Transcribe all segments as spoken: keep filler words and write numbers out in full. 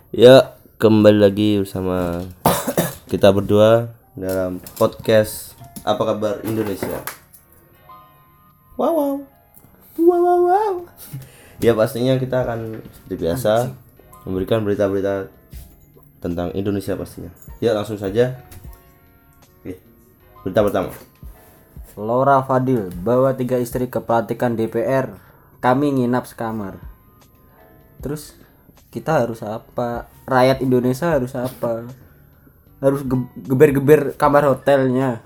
Ya, kembali lagi bersama kita berdua dalam podcast Apa Kabar Indonesia. Wow, wow, wow, wow, wow. Ya pastinya kita akan seperti biasa memberikan berita-berita tentang Indonesia pastinya. Ya langsung saja. Oke, berita pertama. Laura Fadil bawa tiga istri ke pelantikan D P R. Kami nginap sekamar. Terus kita harus apa? Rakyat Indonesia harus apa? Harus ge- geber-geber kamar hotelnya.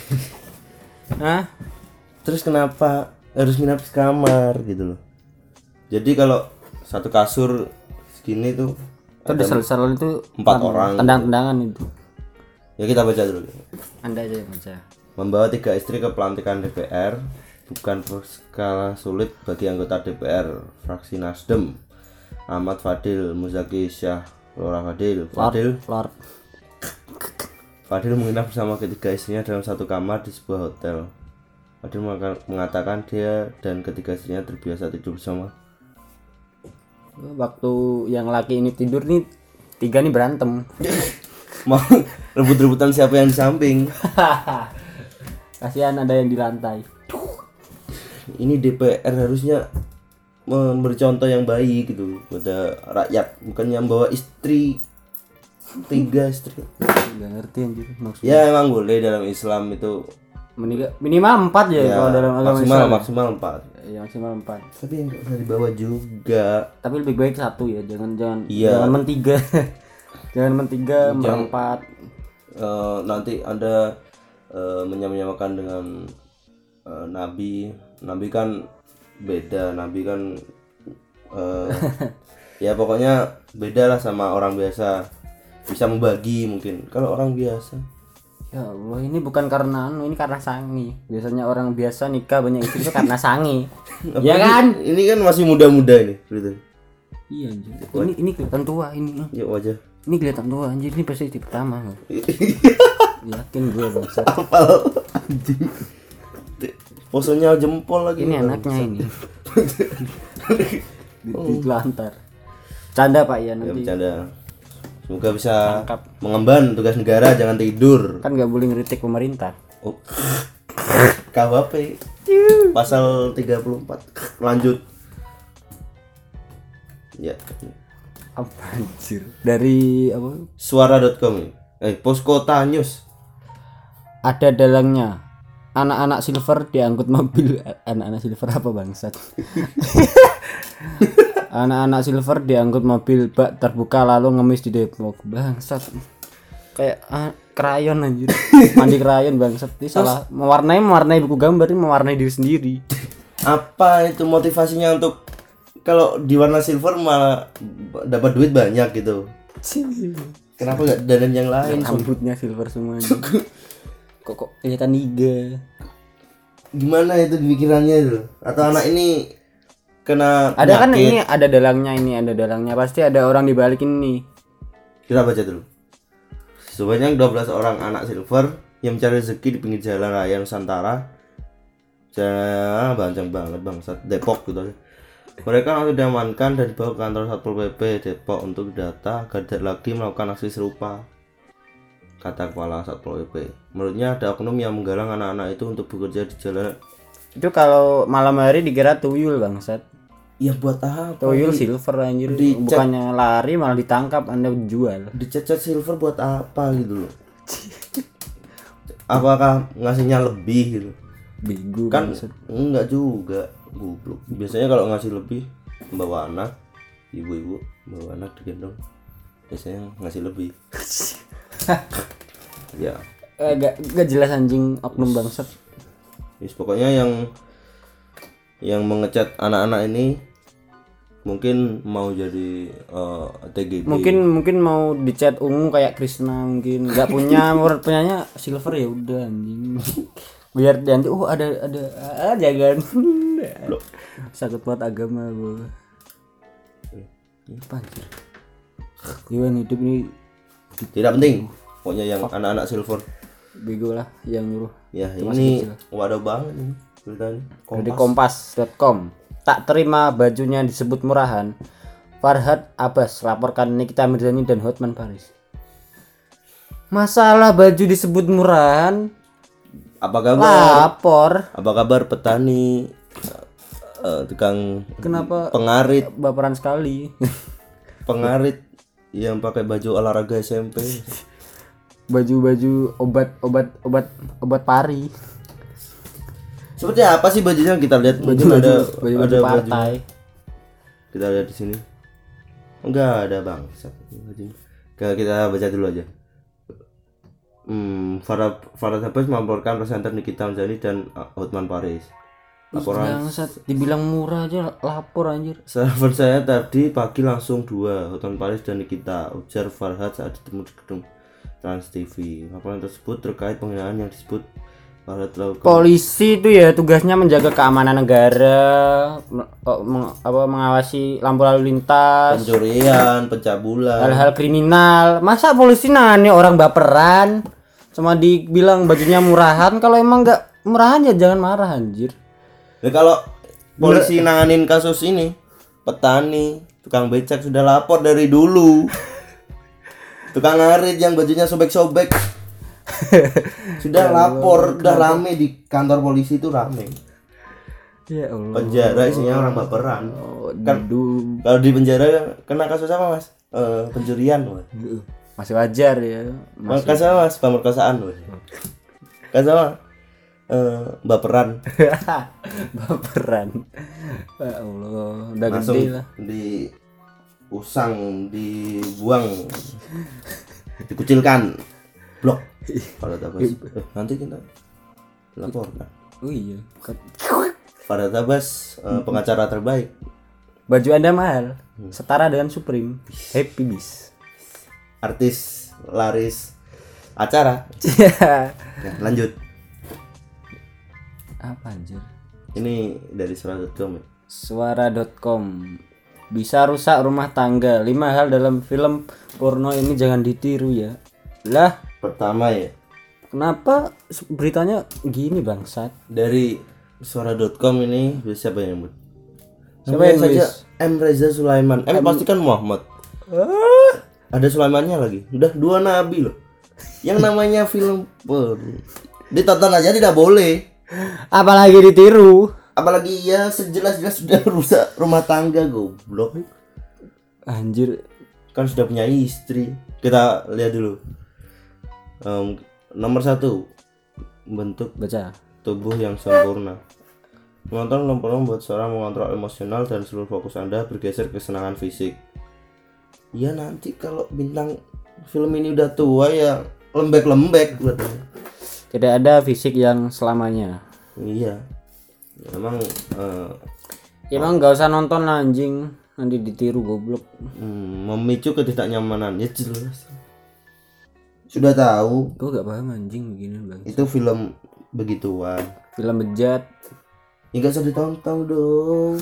Hah? Terus kenapa harus nginap di kamar gitu loh? Jadi kalau satu kasur segini tuh Itu di sel-sel itu empat kan orang. tendang-tendangan itu. Ya kita baca dulu. Anda aja yang baca. Membawa tiga istri ke pelantikan D P R bukan perkara sulit bagi anggota D P R fraksi Nasdem. Ahmad Fadil, Muzaki Syah, Laura Fadil. Fadil, Lord. Fadil menginap bersama ketiga istrinya dalam satu kamar di sebuah hotel. Fadil mengatakan dia dan ketiga istrinya terbiasa tidur bersama. Waktu yang laki ini tidur nih tiga nih berantem. Mau rebut-rebutan siapa yang di samping. Kasihan ada yang di lantai. Ini D P R harusnya memberi contoh yang baik gitu pada rakyat, bukannya membawa istri tiga istri. Gak ngerti anjir maksudnya. Ya emang boleh dalam Islam itu. Meniga, minimal empat ya, Ya, kalau dalam agama maksimal Islam. maksimal empat. Ya, maksimal empat. Tapi enggak usah dibawa juga. Tapi lebih baik satu ya, jangan jangan Iya. jangan mentiga. Jangan mentiga berempat. Eh, nanti Anda eh, menyamakan dengan eh, Nabi. Nabi kan beda. Nabi kan eh, ya pokoknya beda lah sama orang biasa. Bisa membagi mungkin. Kalau orang biasa. Ya Allah, ini bukan karena anu, ini karena sangi. Biasanya orang biasa nikah banyak istri itu karena sangi. Ya kan? Ini kan masih muda-muda ini, gitu. Iya anjir. Ini ini kelihatan tua ini. Ya wajah. Ini kelihatan tua anjir, ini pasti istri pertama. Yakin gue bangsa. Apal anjing. Posenya jempol lagi. Ini anaknya ini. Di lantar. Canda Pak ya Ya nanti. bercanda. Semoga bisa Tangkap. mengemban tugas negara, jangan tidur. Kan nggak boleh ngeritik pemerintah. Oh. K U H P pasal tiga puluh empat. Lanjut. Ya. Apa anjir? Dari apa? Suara dot com. Eh, Poskota News. Ada dalangnya. Anak-anak silver diangkut mobil. Anak-anak silver apa bangsat? Anak-anak silver diangkut mobil bak terbuka lalu ngemis di Depok. Bangsat. Kayak ah, krayon anjir. Mandi krayon bangsat. Ini salah mewarnai mewarnai buku gambar ini mewarnai diri sendiri. Apa itu motivasinya untuk kalau di warna silver malah dapat duit banyak gitu? Kenapa nggak dandan yang lain? Rambutnya silver semua anjir. Kok kok kelihatan niga. Gimana itu pikirannya itu? Atau anak ini kena Ada kan penyakit? ini ada dalangnya ini ada dalangnya pasti ada orang di balik ini. Kita baca dulu. Sebanyak dua belas orang anak silver yang mencari rezeki di pinggir jalan raya Nusantara. Jalan bancang banget bangsat Depok gitu. Mereka langsung diamankan dan dibawa ke kantor Satpol P P Depok untuk data agar tidak lagi melakukan aksi serupa. Kata kepala Satpol P P. Menurutnya ada oknum yang menggalang anak-anak itu untuk bekerja di jalan. Itu kalau malam hari dikira tuyul bangsat. Ya buat apa? Tuyul silver anjir. Di- Bukannya lari malah ditangkap Anda jual. Dicacat silver buat apa gitu loh? Apakah ngasihnya lebih gitu? Bego Kan bangsat. enggak juga, goblok. Biasanya kalau ngasih lebih bawa anak, ibu-ibu bawa anak digendong, biasanya ngasih lebih. Ya, Eh, gak, gak jelas anjing oknum bangsat. yes, pokoknya yang yang mengecat anak-anak ini mungkin mau jadi eh, T G B. Mungkin mungkin mau dicat ungu kayak Krishna mungkin. Gak punya murid punyanya silver ya udah anjing. Biar nanti oh ada ada ah, jangan. Sakit buat agama gua. Apa anjir? Gimana hidup ini Tidak penting. Pokoknya yang anak-anak silver. bego lah yang nyuruh. Ya, Itu ini masih kecil. waduh banget ini beritanya. Dari kompas dot com. Tak terima bajunya disebut murahan. Farhad Abbas laporkan Nikita Mirzani dan Hotman Paris. Masalah baju disebut murahan. Apa kabar? Lapor. Apa kabar petani? Uh, tukang Kenapa pengarit, baperan sekali? pengarit yang pakai baju olahraga S M P. Baju-baju obat obat obat obat pari. Seperti apa sih bajunya? Kita lihat mungkin Baju ada baju, ada baju partai. baju. Kita lihat di sini. Enggak ada bang. Kita, kita baca dulu aja. Hmm, Farhad Farhad Abbas melaporkan presenter Nikita Mirzani dan Hotman Paris. Laporan Bangsat, dibilang murah aja lapor anjir. server saya tadi pagi langsung dua, Hotman Paris dan Nikita, ujar Farhad saat ditemu di gedung Trans T V. Laporan tersebut terkait penghinaan yang disebut Farhad lakukan. Polisi itu ya tugasnya menjaga keamanan negara, me- meng- apa mengawasi lampu lalu lintas, Pencurian, pencabulan. hal-hal kriminal. Masa polisi nangani orang baperan cuma dibilang bajunya murahan? Kalau emang nggak murahan ya jangan marah anjir. Nah, kalau polisi nanganin kasus ini, petani, tukang becak sudah lapor dari dulu. Tukang ngarit yang bajunya sobek-sobek sudah lapor, udah rame di kantor polisi itu rame. Ya Allah. Penjara isinya orang baperan. Oh, Kan aduh. kalau di penjara kena kasus apa mas? Eh, pencurian, Mas. Masih wajar ya. Mas. Kasus apa mas? Pemerkosaan, Mas. Kasus apa? Eh, baperan. Baperan. Ya Allah, udah Langsung gede lah. diusang, dibuang, dikucilkan, blok. Farhad Abbas. Eh, nanti kita lapor kan. Oh iya. Farhad Abbas, eh, pengacara terbaik. Baju Anda mahal, setara dengan Supreme. Happy bis. Artis laris acara. Ya, lanjut. Apa anjir? Ini dari suara dot com ya. Suara dot com. Bisa rusak rumah tangga. Lima hal dalam film porno ini jangan ditiru ya. Lah, Pertama ya, kenapa beritanya gini bangsat? dari suara dot com ini siapa yang buat? Siapa Namanya yang saja nulis? M Reza Sulaiman. M, pasti kan Muhammad. Ada Sulaimannya lagi. Udah dua nabi loh. Yang namanya film porno ditonton aja tidak boleh. Apalagi ditiru. Apalagi ya sejelas-jelas sudah rusak rumah tangga, goblok. Anjir. Kan sudah punya istri. Kita lihat dulu. Em, nomor satu, bentuk Baca. tubuh yang sempurna. Menonton film porno membuat seorang mengontrol emosional dan seluruh fokus Anda bergeser ke kesenangan fisik. Ya nanti kalau bintang film ini udah tua ya lembek-lembek katanya. Tidak ada fisik yang selamanya. Iya. Emang eh, Emang nggak usah nonton lah, anjing. Nanti ditiru goblok. hmm, memicu ketidaknyamanan. Ya jelas. Sudah tahu Gue gak paham anjing begini bang. itu film begituan. Film bejat. Ya nggak usah ditonton dong.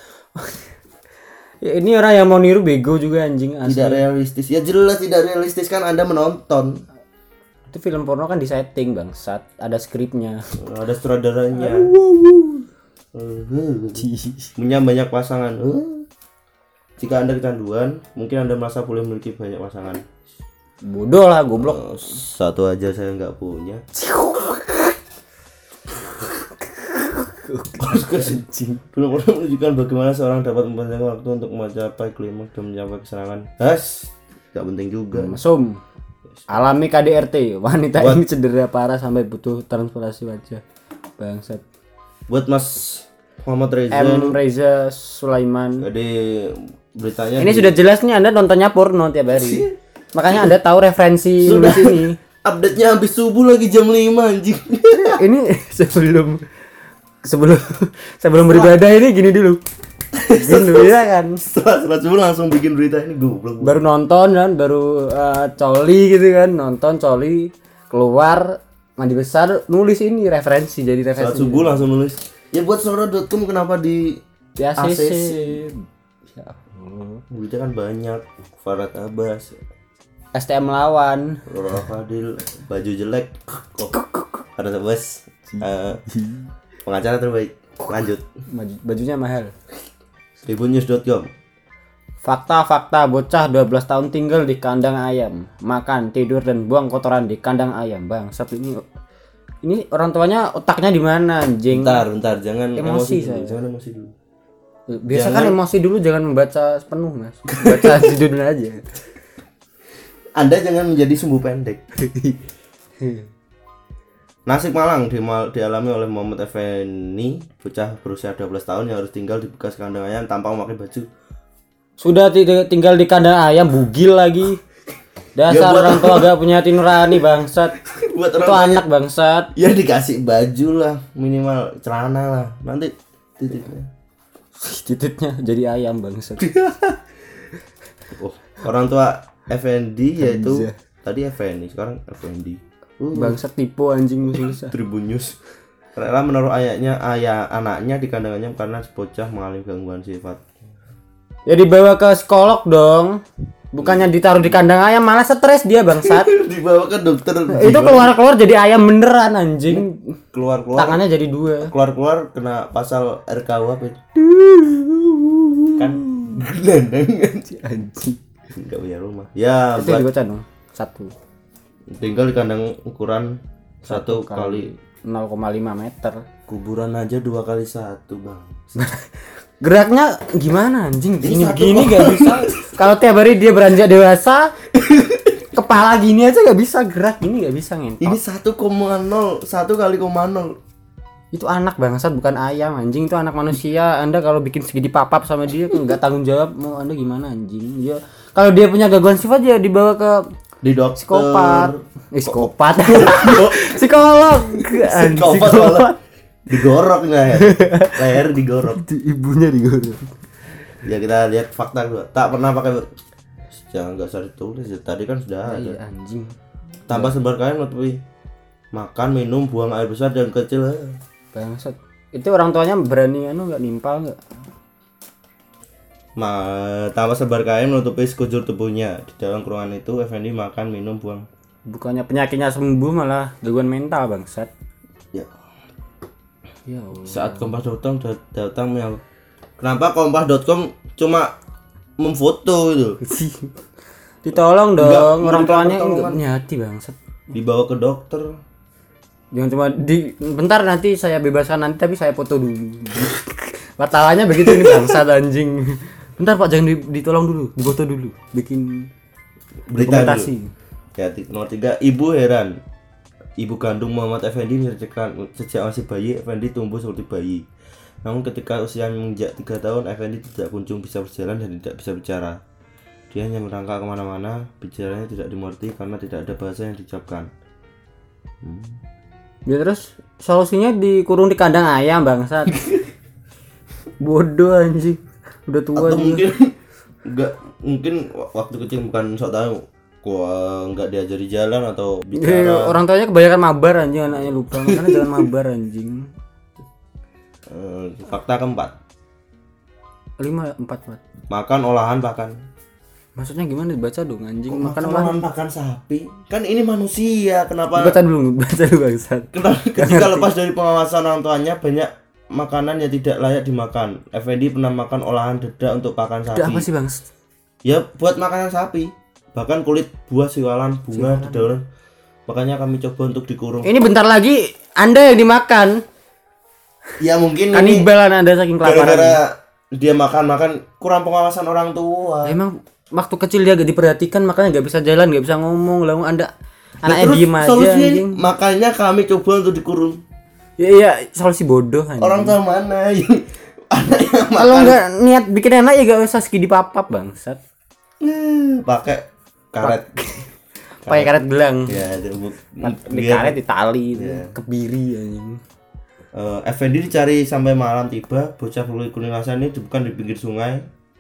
Ya, ini orang yang mau niru bego juga anjing asli. Tidak realistis. Ya jelas tidak realistis kan Anda menonton. Itu film porno kan disetting bangsat. Ada skripnya. Ada sutradaranya. Uh, punya banyak pasangan. Uh. Jika Anda kecanduan, mungkin Anda merasa boleh memiliki banyak pasangan. Bodoh lah goblok. Uh, satu aja saya nggak punya. Film porno menunjukkan bagaimana seorang dapat mempanjangkan waktu untuk mencapai klimaks dan mencapai kesenangan. Has, nggak penting juga. Masum. Alami K D R T. Wanita What? ini cedera parah sampai butuh transplantasi wajah. Bangsat. Buat Mas Muhammad Reza, M Reza Sulaiman. jadi beritanya Ini di- sudah jelas nih Anda nontonnya porno tiap hari. Makanya Anda tahu referensi Sudah. nulis ini. update-nya habis subuh lagi jam lima anjing. Ini sebelum sebelum sebelum beribadah ini gini dulu. Gini dulu ya kan. Setelah setelah subuh langsung bikin berita ini goblok. Baru nonton kan, baru uh, coli gitu kan, nonton coli keluar mandi besar nulis ini referensi jadi Saat referensi. subuh langsung nulis. Ya buat suara dot com kenapa di Di A C C. A C C? Ya Allah. berita kan banyak. Farhad Abbas, S T M lawan. Laura Fadil, baju jelek. Oh, Farhad Abbas, eh, pengacara terbaik. Lanjut. Baju, bajunya mahal. Tribunnews dot com. Fakta-fakta bocah dua belas tahun tinggal di kandang ayam, makan, tidur dan buang kotoran di kandang ayam. Bangsat ini. Ini orang tuanya otaknya di mana anjing? Bentar, bentar, jangan Emosi, emosi, dulu, saya. jangan emosi dulu. Biasa Jangan- kan emosi dulu, jangan membaca sepenuh, Mas. Baca judulnya aja. Anda jangan menjadi sumbu pendek. Nasib malang dimal- dialami oleh Muhammad Effendi, bocah berusia dua belas tahun yang harus tinggal di bekas kandang ayam tanpa memakai baju. Sudah ti- tinggal di kandang ayam bugil lagi. Dasar Ya, buat orang tua gak punya hati nurani bangsat. Buat Itu orang anak bangsat. ya dikasih baju lah, minimal celana lah. Nanti titiknya. Titiknya jadi ayam bangsat. Oh, orang tua Effendi yaitu Hamzah. tadi Effendi, sekarang Effendi. Uh, Bangsat tipu anjing susah. Tribun News. Rela menaruh ayahnya, ayah anaknya di kandang ayam karena bocah mengalami gangguan sifat. Ya dibawa ke psikolog dong. Bukannya ditaruh di kandang ayam malah stres dia bangsat. Dibawa ke dokter. Itu keluar-keluar jadi ayam beneran anjing. keluar-keluar Tangannya jadi dua. keluar-keluar kena pasal R K U H P. Kan gelandang Anjing. enggak punya rumah. Ya, Itu buat dibaca dong. Satu. tinggal di kandang ukuran satu kali nol koma lima meter. kuburan aja dua kali satu bang. Geraknya gimana anjing? Gini satu gini gak bisa. Kalau tiap hari dia beranjak dewasa, kepala gini aja gak bisa gerak, gini gak bisa ngentot. Ini satu koma nol satu kali koma nol. Itu anak bangsat bukan ayam anjing, itu anak manusia. Anda kalau bikin segini papap sama dia nggak tanggung jawab, mau Anda gimana anjing? Dia kalau dia punya gangguan sifat ya dibawa ke Di dokter. psikopat. Eh, psikopat. Psikolog. Anjing, Psikopat malah. Digorok leher. Leher digorok. Ibunya digorok. Ya kita lihat fakta dulu. Tak pernah pakai jangan enggak usah ditulis ya. Tadi kan sudah ada. Iya anjing. Tanpa sebar kain menutupi makan, minum, buang air besar dan kecil. Bangsat. Itu orang tuanya berani anu enggak nimpal enggak? Ma, tanpa sebar kain menutupi sekujur tubuhnya. Di dalam ruangan itu Effendi makan, minum, buang. Bukannya penyakitnya sembuh malah gangguan mental bangsat. Ya. Ya Allah. Saat kompas dot com dat- datang menyal. Kenapa kompas dot com cuma memfoto itu? Ditolong dong, Enggak, orang memberikan tuanya pertolongan. enggak punya hati bangsat. Dibawa ke dokter. Jangan cuma di bentar nanti saya bebaskan nanti tapi saya foto dulu. Wartawannya begitu nih bangsat anjing. Bentar Pak jangan di- ditolong dulu, difoto dulu, bikin Berita dokumentasi. dulu. Ya, ti- nomor tiga, ibu heran. Ibu kandung Muhammad Effendi menceritakan sejak masih bayi Effendi tumbuh seperti bayi. Namun ketika usia menginjak tiga tahun Effendi tidak kunjung bisa berjalan dan tidak bisa bicara. Dia hanya merangkak kemana-mana, bicaranya tidak dimengerti karena tidak ada bahasa yang diucapkan. Hmm. Ya terus solusinya dikurung di kandang ayam bangsat. Bodoh anjing. Udah tua Atau juga. mungkin enggak mungkin waktu kecil bukan sok tahu gua enggak diajari jalan atau Eh, bicara. orang tuanya kebanyakan mabar anjing anaknya lupa. Makanya jangan mabar anjing. Eh, fakta keempat, lima empat empat. makan olahan pakan. Maksudnya gimana dibaca dong anjing? Makan Makan olahan olahan. pakan sapi. Kan ini manusia, kenapa? Baca dulu, baca dulu bangsat. Kenapa ketika lepas dari pengawasan orang tuanya banyak makanan yang tidak layak dimakan. Effendi pernah makan olahan dedak untuk pakan sapi. Udah apa sih bang? Ya buat makanan sapi. Bahkan kulit buah siwalan, bunga, dedaunan. Makanya kami coba untuk dikurung. Ini bentar lagi Anda yang dimakan. Ya mungkin ini Kanibal Anda saking kelaparan. gara-gara dia makan-makan kurang pengawasan orang tua. Emang waktu kecil dia gak diperhatikan makanya gak bisa jalan, gak bisa ngomong. Lalu Anda Nah, anaknya terus diem aja solusinya anjing. makanya kami coba untuk dikurung. Ya iya, solusi bodoh anjing. Orang tua mana yang anak yang makan Kalau nggak niat bikin enak ya gak usah segini papap bangsat. eh, pakai karet. Pakai karet gelang. Ya, itu bu- Di biar- karet di tali, Iya. kebiri anjing. Eh, Effendi dicari sampai malam tiba. Bocah kulit kuning lasan ini bukan di pinggir sungai.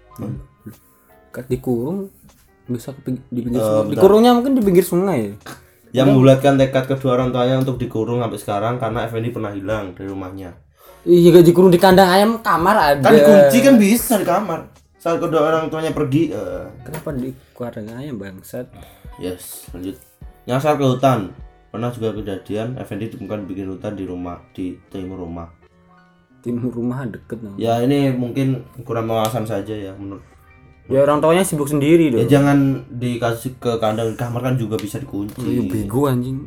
Kat dikurung bisa ke ping- di pinggir Eh, sungai. bentar. Dikurungnya mungkin di pinggir sungai. Yang membulatkan tekad kedua orang tuanya untuk dikurung sampai sekarang karena Effendi pernah hilang dari rumahnya. Iya gak dikurung di kandang ayam kamar ada. Kan dikunci kan bisa di kamar. Saat kedua orang tuanya pergi. eh, Kenapa di kandang ayam bangsat? Yes, lanjut. Nyasar ke hutan. Pernah juga kejadian Effendi ditemukan bikin hutan di rumah di timur rumah. Timur rumah deket namanya. Ya ini mungkin kurang pengawasan saja ya menurut Ya orang tuanya sibuk sendiri Ya dong. jangan dikasih ke kandang, kamar kan juga bisa dikunci. Ya bego anjing.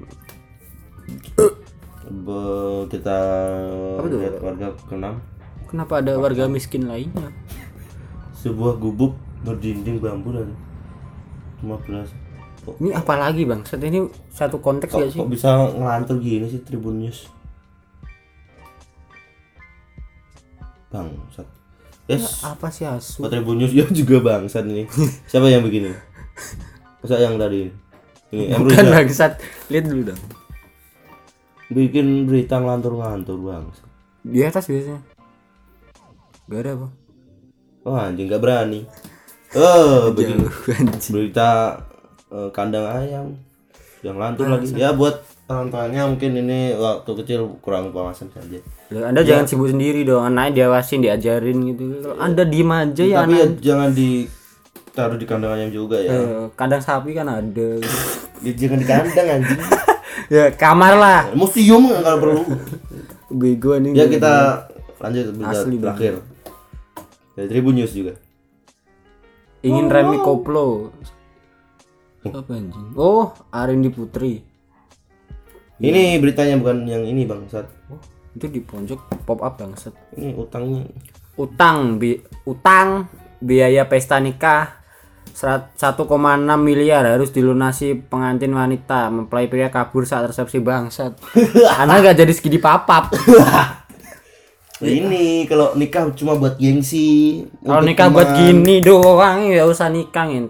Be- kita tuh? lihat warga keenam. Kenapa ada warga miskin lainnya? Sebuah gubuk berdinding bambu dan lima belas. Kok, Ini apa lagi bang? Set ini satu konteks kok, gak sih? kok bisa ngelantur gini sih Tribun News? Bang, Sat. Yes. Apa sih asu? Kok Tribun News ya juga bangsat ini. Siapa yang bikin ini? Masa yang tadi? Ini Emru Bukan bangsat. Lihat dulu dong. bikin berita ngelantur-ngelantur bang. Di atas biasanya. Gak ada apa? Oh anjing gak berani. Oh bikin Jauh anjing. berita eh, kandang ayam yang lantur lagi. Ya buat orang-tuanya mungkin ini waktu kecil kurang wawasan saja. Loh, Anda jangan sibuk sendiri dong. Anaknya diawasin, diajarin gitu. Kalau Anda diem aja ya Tapi ya anak. jangan ditaruh di kandang ayam juga ya. Eh, kandang sapi kan ada. Ya, jangan di kandang anjing. Ya kamar lah. Museum kalau perlu. Bego nih. Ya kita lanjut berita Asli, terakhir. Dari Tribun News juga. Ingin Remi Koplo. Apa anjing? Oh, Arindi Putri. Ini beritanya bukan yang ini bangsat. Oh, itu di pojok pop up bangsat. Ini utangnya. Utang bi utang biaya pesta nikah satu koma enam miliar harus dilunasi pengantin wanita. Mempelai pria kabur saat resepsi bangsat. Anak gak jadi segini papap. Ini kalau nikah cuma buat gengsi. Kalau untuk nikah buat teman. gini doang ya usah nikah ngin.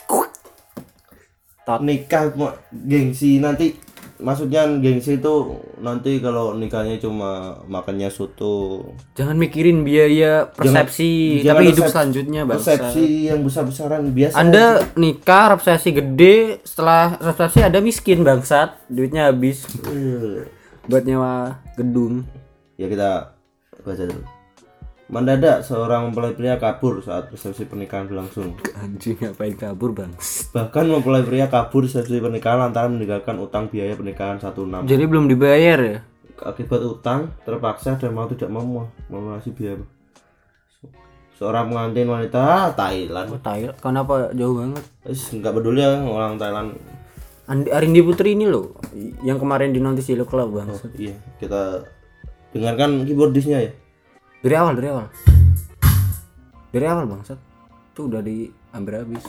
Nikah cuma gengsi, nanti maksudnya gengsi itu nanti kalau nikahnya cuma makannya soto. Jangan mikirin biaya persepsi, Jangan- tapi jangan hidup resep- selanjutnya bangsa. Persepsi yang besar-besaran biasa. Anda nikah resepsi gede, setelah resepsi ada miskin bangsat, duitnya habis Eh, buat nyewa gedung. ya kita baca dulu. Mendadak seorang mempelai pria kabur saat resepsi pernikahan berlangsung. Anjing ngapain kabur bang? Bahkan mempelai pria kabur resepsi pernikahan lantaran meninggalkan utang biaya pernikahan satu enam. Jadi belum dibayar ya? Akibat utang terpaksa dan mau tidak mau melunasi biaya. Seorang pengantin wanita ah, Thailand. Oh Thailand, kenapa jauh banget? Wis nggak peduli ya orang Thailand. Andi, Arindi Putri ini loh, yang kemarin di Notice Yellow Club bang. Oh, iya, kita dengarkan keyboardisnya ya. Dari awal, dari awal, dari awal bangsat. Tuh udah diambil habis.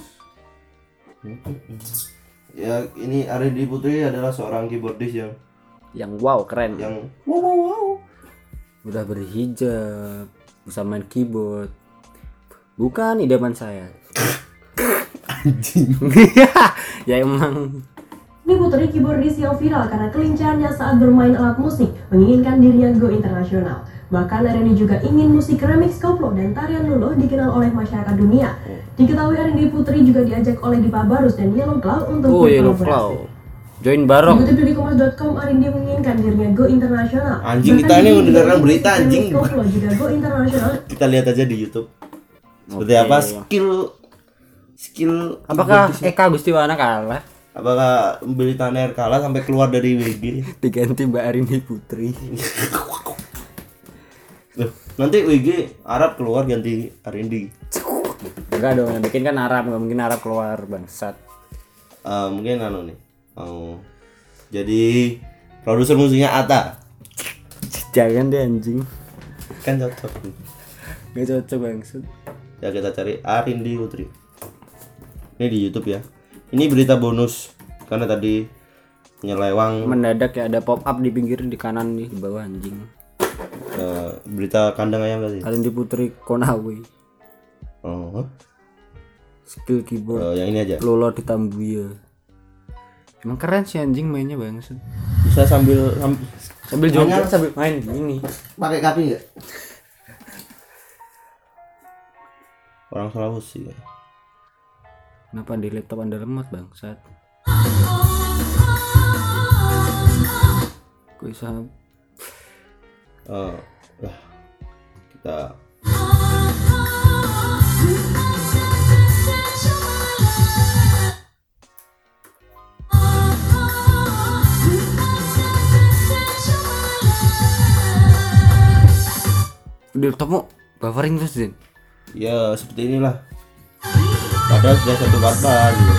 Ya, ini Arindi Putri adalah seorang keyboardis yang Yang wow keren. yang wow wow wow. Udah berhijab, bisa main keyboard. Bukan idaman saya. Anjing. Ya emang. Ini Putri keyboardis yang viral karena kelincahannya saat bermain alat musik, menginginkan dirinya go internasional. Bahkan Arindi juga ingin musik remix koplo dan tarian luluh dikenal oleh masyarakat dunia. Diketahui Arindi Putri juga diajak oleh Dipa Barus dan Yellow Claw untuk Oh Yellow berkolaborasi. Claw. Join bareng. Dikutip dari kompas dot com, Arindi menginginkan dirinya go internasional. Anjing, kita Bahkan ini dirinya mendengarkan juga berita, remix anjing. koplo juga go internasional. Kita lihat aja di YouTube. Seperti Oke. apa skill skill Apakah keyboardisnya. Eka Gustiwana kalah? Apakah Billy Tanner kalah sampai keluar dari W G? Diganti Mbak Arindi Putri. Loh, nanti W G Arab keluar ganti Arindi. Enggak dong, yang bikin kan Arab, nggak mungkin Arab keluar bangsat. Eh, mungkin anu nih. Mau jadi produser musiknya Ata. Jangan deh anjing. Kan cocok. Gak cocok bangsat. Ya kita cari Arindi Putri. Ini di YouTube ya. Ini berita bonus karena tadi nyelewang Mendadak ya ada pop up di pinggir di kanan nih di bawah anjing. eh, berita kandang ayam tadi. Arindi Putri Konawe. Oh, Skill keyboard. eh, yang ini aja. Lolo di Tambuya. Emang keren sih anjing mainnya bangsat. Bisa sambil sam- Sambil Mainnya- joget sambil main gini. pakai kapi nggak? Orang Sulawesi ya. Kenapa di laptop Anda lemot bangsat? Kok bisa Eh, lah, kita di laptopmu buffering terus Din? ya seperti inilah Padahal sudah satu kata gitu.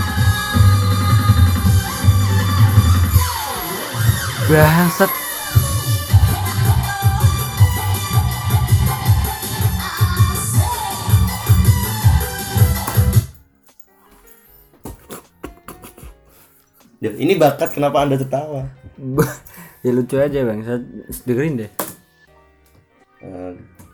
Bangsat. Ya, ini bakat, kenapa Anda tertawa? Ya lucu aja bangsat. Dengerin deh. Eh,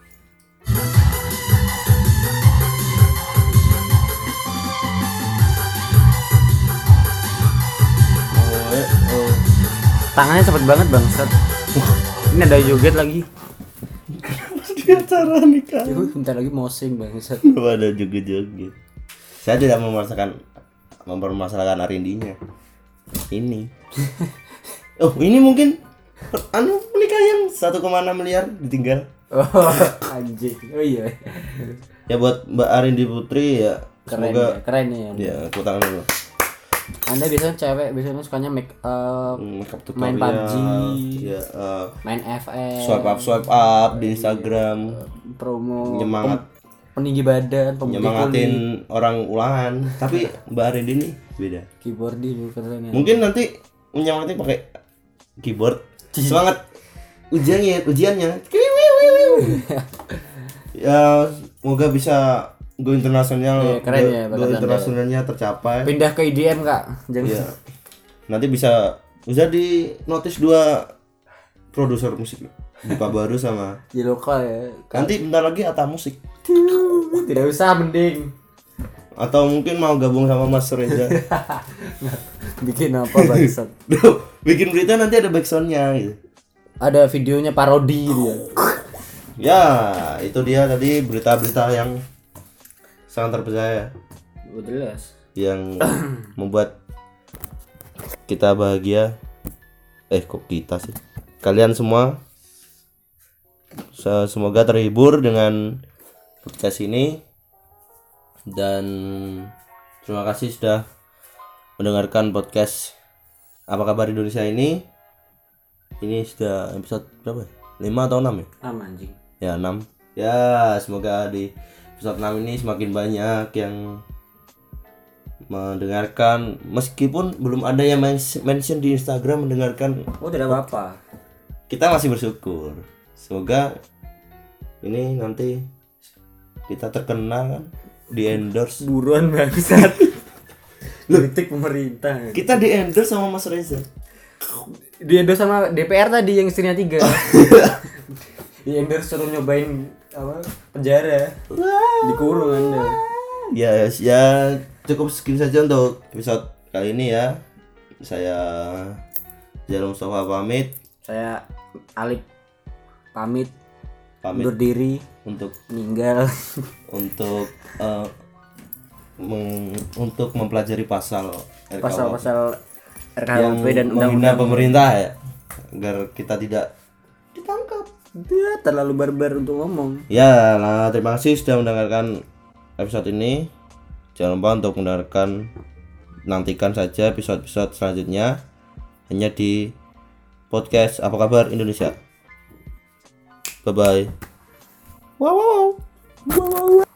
oh, eh, oh. Tangannya cepet banget bangsat. Ini ada joget lagi. Dia cara nikah. Ya, bentar lagi mosing bangsat. Ada joget-joget. Saya tidak memaksakan mempermasalahkan R and D-nya. Ini. Oh, ini mungkin anu menikah yang satu koma enam miliar ditinggal. Oh, anjing. Oh iya. Ya buat Mbak Arindi Putri ya, Keren semoga ya, keren ya. ya aku tangan dulu. Anda biasanya cewek biasanya sukanya make up, Makeup main tutorial, P U B G, ya, eh, main F M, swipe up swipe up di Instagram, promo, Nyemangat. pem- peninggi badan, pemutih nyemangatin kulit, orang ulangan. Tapi Mbak Arindi nih beda. keyboard di keren ya. Mungkin nanti menyemangatin pakai keyboard. Semangat ujiannya, ujiannya. Ya, semoga bisa go internasional. Iya, keren go- ya, go bakat Anda. internasionalnya tercapai. Pindah ke I D M Kak. Jangan. Iya. Nanti bisa bisa di notice dua produser musik Buka Baru sama Di lokal ya. Kak. nanti bentar lagi Ata Musik, Tidak usah mending. atau mungkin mau gabung sama Mas Reza. Bikin apa bangsat? Duh, bikin berita nanti ada backsoundnya gitu. Ada videonya parodi dia. Ya, itu dia tadi berita-berita yang sangat terpercaya, Oh, jelas. yang membuat kita bahagia. Eh kok kita sih? Kalian semua Se- semoga terhibur dengan podcast ini, dan terima kasih sudah mendengarkan podcast Apa Kabar Indonesia ini. Ini sudah episode berapa? lima atau enam ya? Sama anjing. Ya enam. Ya semoga di episode enam ini semakin banyak yang mendengarkan, meskipun belum ada yang men- mention di Instagram mendengarkan. Oh, tidak apa-apa. Kita masih bersyukur. Semoga ini nanti kita terkenal kan, di endorse. Buruan bangsat. Kritik pemerintah. Kita di endorse sama Mas Reza. Di endorse sama D P R tadi yang istrinya tiga. Di endorse suruh nyobain apa penjara. Dikurung Anda. Ya ya cukup segitu saja untuk episode kali ini ya. Saya Jalan Mustafa pamit. Saya Alip pamit Pamit undur diri untuk meninggal. untuk eh, meng- untuk mempelajari pasal R K U H P Pasal-pasal R K U yang H P dan menghina undang-undang pemerintah ya, agar kita tidak ditangkap. dia terlalu barbar untuk ngomong. Ya, nah, terima kasih sudah mendengarkan episode ini. Jangan lupa untuk mendengarkan, nantikan saja episode-episode selanjutnya hanya di podcast Apa Kabar Indonesia. Bye bye. Wow, wow, wow. Wow, wow, wow.